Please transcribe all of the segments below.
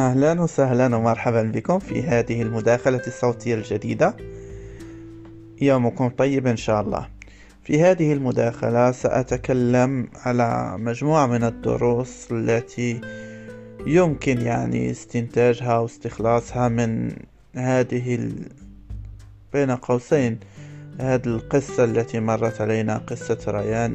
أهلا وسهلا ومرحبا بكم في هذه المداخلة الصوتية الجديدة. يومكم طيب إن شاء الله. في هذه المداخلة سأتكلم على مجموعة من الدروس التي يمكن استنتاجها واستخلاصها من هذه بين قوسين هذه القصة التي مرت علينا، قصة ريان،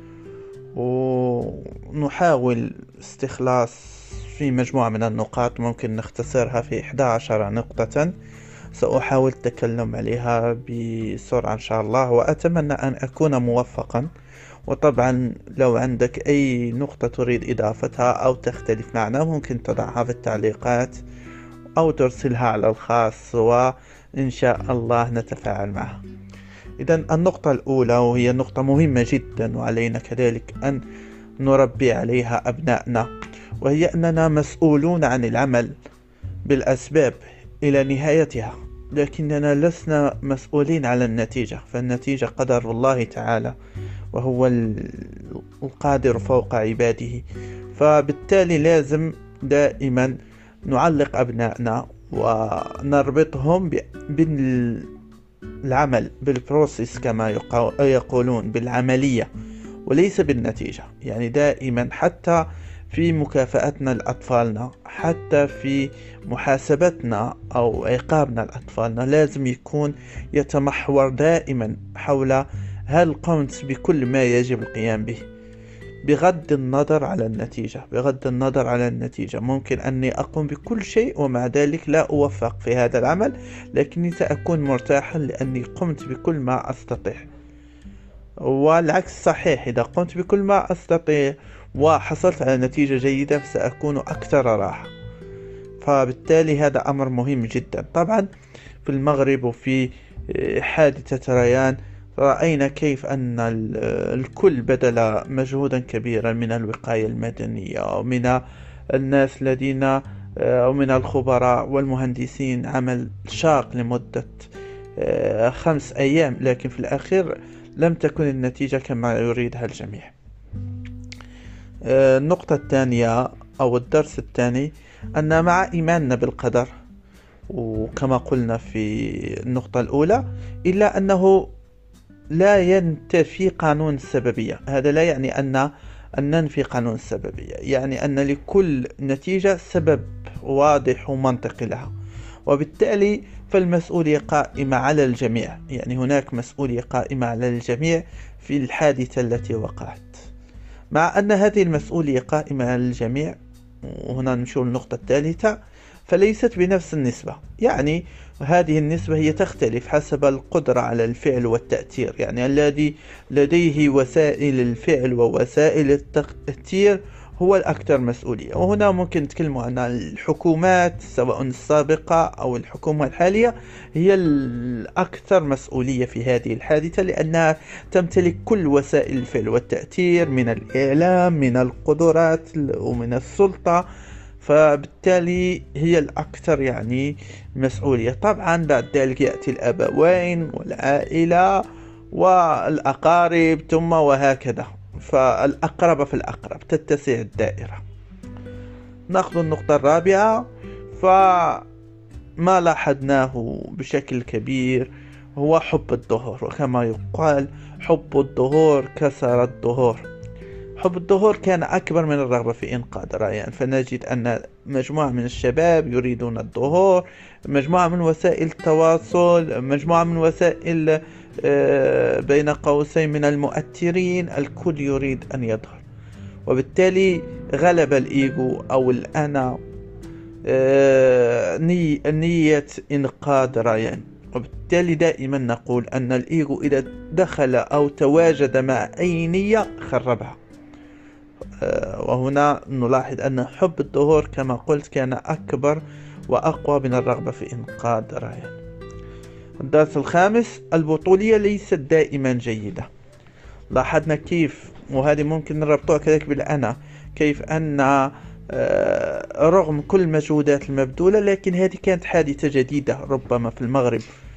ونحاول استخلاص في مجموعة من النقاط ممكن نختصرها في 11 نقطة. سأحاول التكلم عليها بسرعة إن شاء الله، وأتمنى أن أكون موفقا. وطبعا لو عندك أي نقطة تريد إضافتها أو تختلف معنا ممكن تضعها في التعليقات أو ترسلها على الخاص، وإن شاء الله نتفاعل معها. إذن النقطة الأولى، وهي نقطة مهمة جدا وعلينا كذلك أن نربي عليها أبنائنا، وهي أننا مسؤولون عن العمل بالأسباب إلى نهايتها، لكننا لسنا مسؤولين على النتيجة، فالنتيجة قدر الله تعالى وهو القادر فوق عباده. فبالتالي لازم دائما نعلق أبنائنا ونربطهم بالعمل، بالبروسيس كما يقولون، بالعملية وليس بالنتيجة. دائما حتى في مكافأتنا لأطفالنا، حتى في محاسبتنا أو عقابنا لأطفالنا، لازم يكون يتمحور دائما حول هل قمت بكل ما يجب القيام به، بغض النظر على النتيجة. بغض النظر على النتيجة ممكن أني أقوم بكل شيء ومع ذلك لا أوفق في هذا العمل، لكني سأكون مرتاحا لأني قمت بكل ما أستطيع. والعكس صحيح، إذا قمت بكل ما أستطيع وحصلت على نتيجة جيدة سأكون أكثر راحة. فبالتالي هذا أمر مهم جدا. طبعا في المغرب وفي حادثة ريان رأينا كيف أن الكل بذل مجهودا كبيرا من الوقاية المدنية ومن الناس الذين ومن الخبراء والمهندسين، عمل شاق لمدة 5 أيام، لكن في الأخير لم تكن النتيجة كما يريدها الجميع. النقطة الثانية أو الدرس الثاني، أن مع إيماننا بالقدر، وكما قلنا في النقطة الأولى، إلا أنه لا ينتفي قانون السببية. هذا لا يعني أن ننفي قانون السببية، يعني أن لكل نتيجة سبب واضح ومنطقي لها، وبالتالي فالمسؤولية قائمة على الجميع. هناك مسؤولية قائمة على الجميع في الحادثة التي وقعت. مع أن هذه المسؤولية قائمة على الجميع، وهنا نشوف النقطة الثالثة، فليست بنفس النسبة. هذه النسبة هي تختلف حسب القدرة على الفعل والتأثير. الذي لديه وسائل الفعل ووسائل التأثير هو الأكثر مسؤولية. وهنا ممكن نتكلم عن الحكومات سواء السابقة أو الحكومة الحالية، هي الأكثر مسؤولية في هذه الحادثة، لأنها تمتلك كل وسائل الفعل والتأثير، من الإعلام، من القدرات ومن السلطة، فبالتالي هي الأكثر مسؤولية. طبعا بعد ذلك يأتي الأبوين والعائلة والأقارب ثم وهكذا، فالأقرب فالأقرب تتسع الدائرة. نأخذ النقطة الرابعة، فما لاحظناه بشكل كبير هو حب الظهور، وكما يقال حب الظهور كسر الظهور. حب الظهور كان أكبر من الرغبة في إنقاذ ريان، فنجد أن مجموعة من الشباب يريدون الظهور، مجموعة من وسائل التواصل، مجموعة من وسائل بين قوسين من المؤثرين، الكل يريد أن يظهر، وبالتالي غلب الإيجو أو الأنا نية إنقاذ ريان. وبالتالي دائما نقول أن الإيجو إذا دخل أو تواجد مع أي نية خربها. وهنا نلاحظ أن حب الظهور كما قلت كان أكبر وأقوى من الرغبة في إنقاذ ريان. الدرس الخامس، البطولية ليست دائما جيدة. لاحظنا كيف، وهذه ممكن نربطها كذلك بالأنا، كيف أن رغم كل المجهودات المبذولة، لكن هذه كانت حادثة جديدة ربما في المغرب،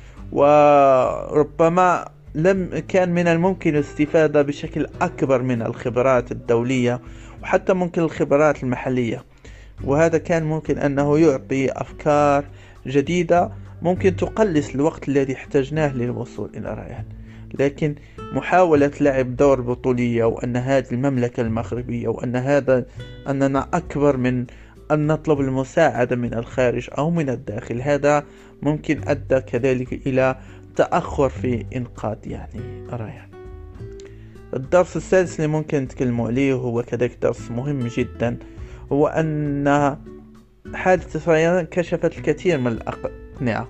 وربما كان من الممكن الاستفادة بشكل أكبر من الخبرات الدولية وحتى ممكن الخبرات المحلية. وهذا كان ممكن أنه يعطي أفكار جديدة ممكن تقلص الوقت الذي احتاجناه للوصول إلى ريان. لكن محاولة لعب دور بطولية، وأن هذه المملكة المغربية، وأن أننا أكبر من أن نطلب المساعدة من الخارج أو من الداخل، هذا ممكن أدى كذلك إلى تأخر في إنقاذ ريان. الدرس السادس اللي ممكن نتكلم عليه هو كذلك درس مهم جدا، هو أن حادثة ريان كشفت الكثير من الأقنعة.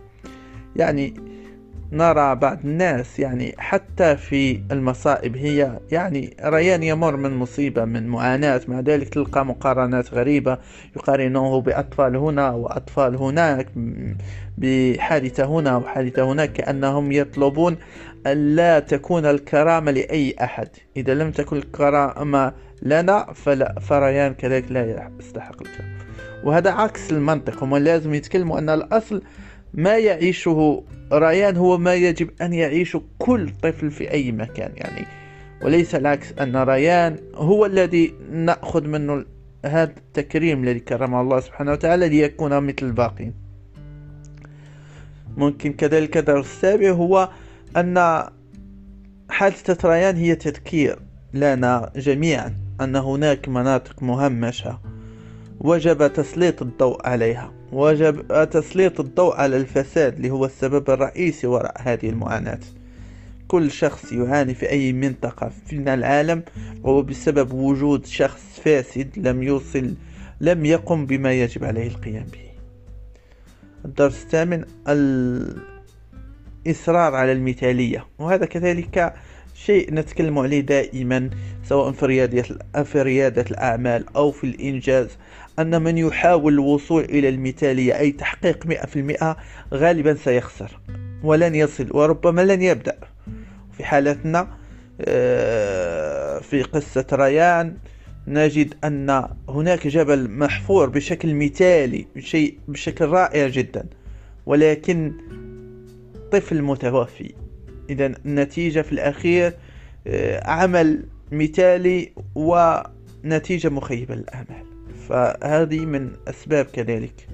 نرى بعض الناس حتى في المصائب هي ريان يمر من مصيبة، من معاناة، مع ذلك تلقى مقارنات غريبة، يقارنوه بأطفال هنا وأطفال هناك، بحادثة هنا وحادثة هناك، كأنهم يطلبون ألا تكون الكرامة لأي أحد. إذا لم تكن الكرامة لنا فريان كذلك لا يستحق الكرامة. وهذا عكس المنطق. هم لازم يتكلموا أن الأصل ما يعيشه ريان هو ما يجب أن يعيشه كل طفل في أي مكان، وليس العكس، أن ريان هو الذي نأخذ منه هذا التكريم الذي كرمه الله سبحانه وتعالى ليكون مثل الباقين. ممكن كذلك الدرس السابع هو أن حادثة ريان هي تذكير لنا جميعا أن هناك مناطق مهمشة وجب تسليط الضوء عليها، وجب تسليط الضوء على الفساد اللي هو السبب الرئيسي وراء هذه المعاناة. كل شخص يعاني في أي منطقة في العالم هو بسبب وجود شخص فاسد لم يقم بما يجب عليه القيام به. الدرس الثامن الإصرار على المثالية، وهذا كذلك شيء نتكلم عليه دائما، سواء في ريادة الأعمال أو في الإنجاز، أن من يحاول الوصول إلى المثالية أي تحقيق 100% غالبا سيخسر ولن يصل، وربما لن يبدأ. في حالتنا في قصة ريان نجد أن هناك جبل محفور بشكل مثالي، شيء بشكل رائع جدا، ولكن طفل متوفي. إذن النتيجة في الأخير عمل مثالي ونتيجة مخيبة للآمال. فهذه من أسباب كذلك.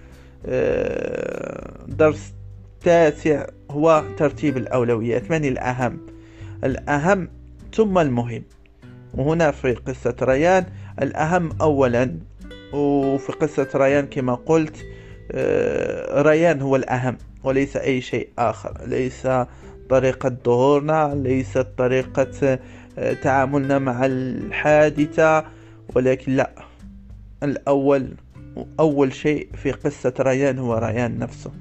درس التاسع هو ترتيب الأولويات، من الأهم ثم المهم. وهنا في قصة ريان الأهم أولا، وفي قصة ريان كما قلت ريان هو الأهم وليس أي شيء آخر، ليس طريقة ظهورنا، ليست طريقة تعاملنا مع الحادثة، ولكن لا، أول شيء في قصة ريان هو ريان نفسه.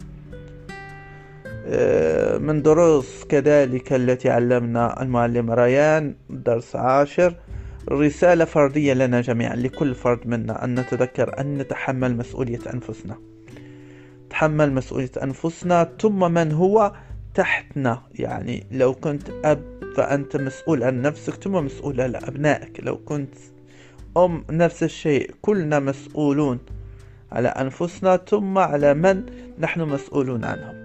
من دروس كذلك التي علمنا المعلم ريان، درس 10 رسالة فردية لنا جميعا، لكل فرد منا، أن نتذكر أن نتحمل مسؤولية أنفسنا، تحمل مسؤولية أنفسنا ثم من هو تحتنا. لو كنت أب فأنت مسؤول عن نفسك ثم مسؤول عن أبنائك، لو كنت أم نفس الشيء، كلنا مسؤولون على أنفسنا ثم على من نحن مسؤولون عنهم.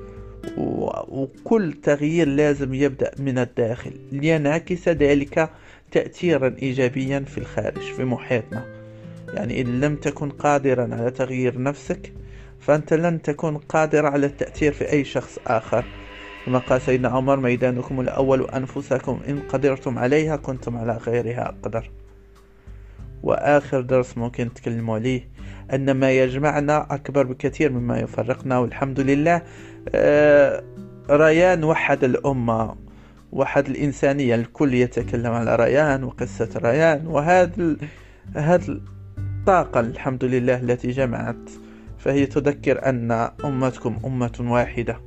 وكل تغيير لازم يبدأ من الداخل لينعكس ذلك تأثيرا إيجابيا في الخارج في محيطنا. إن لم تكن قادرا على تغيير نفسك فأنت لن تكون قادر على التأثير في أي شخص آخر، كما قال سيدنا عمر: ميدانكم الأول أنفسكم، إن قدرتم عليها كنتم على غيرها أقدر. وآخر درس ممكن نتكلم عليه أن ما يجمعنا أكبر بكثير مما يفرقنا، والحمد لله. ريان وحد الأمة، وحد الإنسانية، الكل يتكلم على ريان وقصة ريان، وهذا الطاقة الحمد لله التي جمعت، فهي تذكر أن أمتكم أمة واحدة،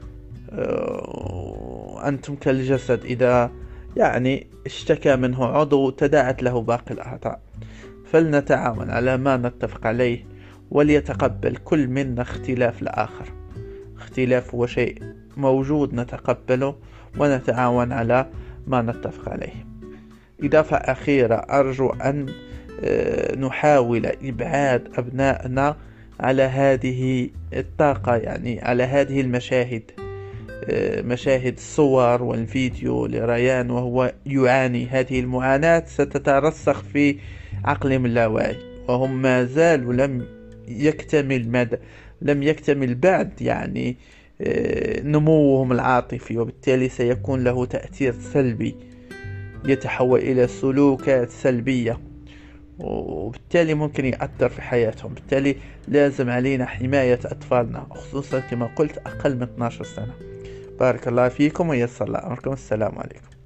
أنتم كالجسد إذا اشتكى منه عضو تداعت له باقي الأعضاء. فلنتعاون على ما نتفق عليه، وليتقبل كل منا اختلاف الآخر. اختلاف هو شيء موجود نتقبله ونتعاون على ما نتفق عليه. إضافة أخيرة، أرجو أن نحاول إبعاد أبنائنا على هذه الطاقة، على هذه المشاهد، مشاهد الصور والفيديو لريان وهو يعاني. هذه المعاناة ستترسخ في عقلهم اللاواعي، وهم ما زالوا لم يكتمل بعد يعني نموهم العاطفي، وبالتالي سيكون له تأثير سلبي يتحول إلى سلوكات سلبية، وبالتالي ممكن يأثر في حياتهم. بالتالي لازم علينا حماية أطفالنا، خصوصا كما قلت أقل من 12 سنة. بارك الله فيكم ويسر الله أمركم. السلام عليكم.